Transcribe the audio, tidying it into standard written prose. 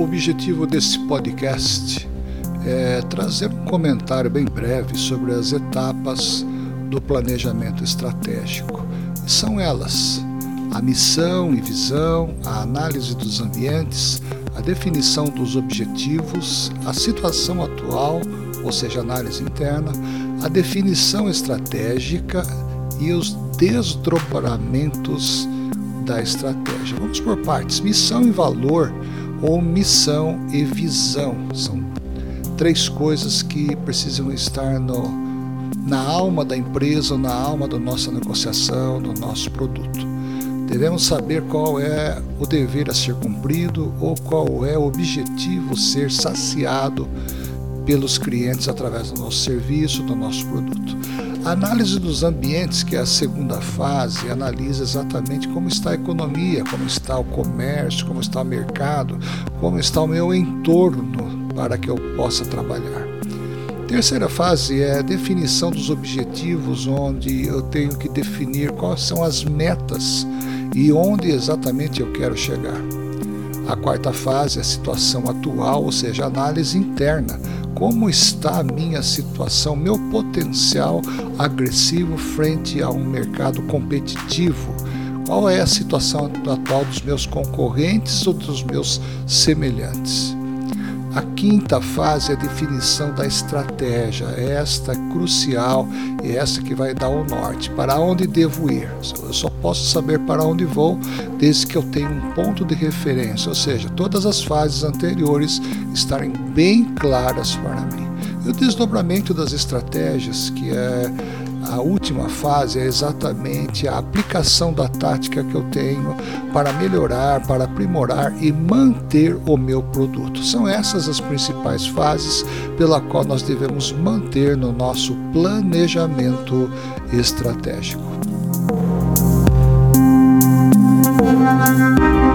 objetivo desse podcast é trazer um comentário bem breve sobre as etapas do planejamento estratégico. E são elas: a missão e visão, a análise dos ambientes, a definição dos objetivos, a situação atual, ou seja, análise interna, a definição estratégica e os desdobramentos da estratégia. Vamos por partes: missão e valor, ou missão e visão. São três coisas que precisam estar na alma da empresa, ou na alma da nossa negociação, do nosso produto. Devemos saber qual é o dever a ser cumprido ou qual é o objetivo ser saciado pelos clientes através do nosso serviço, do nosso produto. A análise dos ambientes, que é a segunda fase, analisa exatamente como está a economia, como está o comércio, como está o mercado, como está o meu entorno para que eu possa trabalhar. Terceira fase é a definição dos objetivos, onde eu tenho que definir quais são as metas e onde exatamente eu quero chegar. A quarta fase é a situação atual, ou seja, a análise interna. Como está a minha situação, meu potencial agressivo frente a um mercado competitivo? Qual é a situação atual dos meus concorrentes ou dos meus semelhantes? A quinta fase é a definição da estratégia. Esta é crucial e esta que vai dar o norte. Para onde devo ir? Eu só posso saber para onde vou desde que eu tenha um ponto de referência, ou seja, todas as fases anteriores estarem bem claras para mim. E o desdobramento das estratégias, que é a última fase, é exatamente a aplicação da tática que eu tenho para melhorar, para aprimorar e manter o meu produto. São essas as principais fases pela qual nós devemos manter no nosso planejamento estratégico.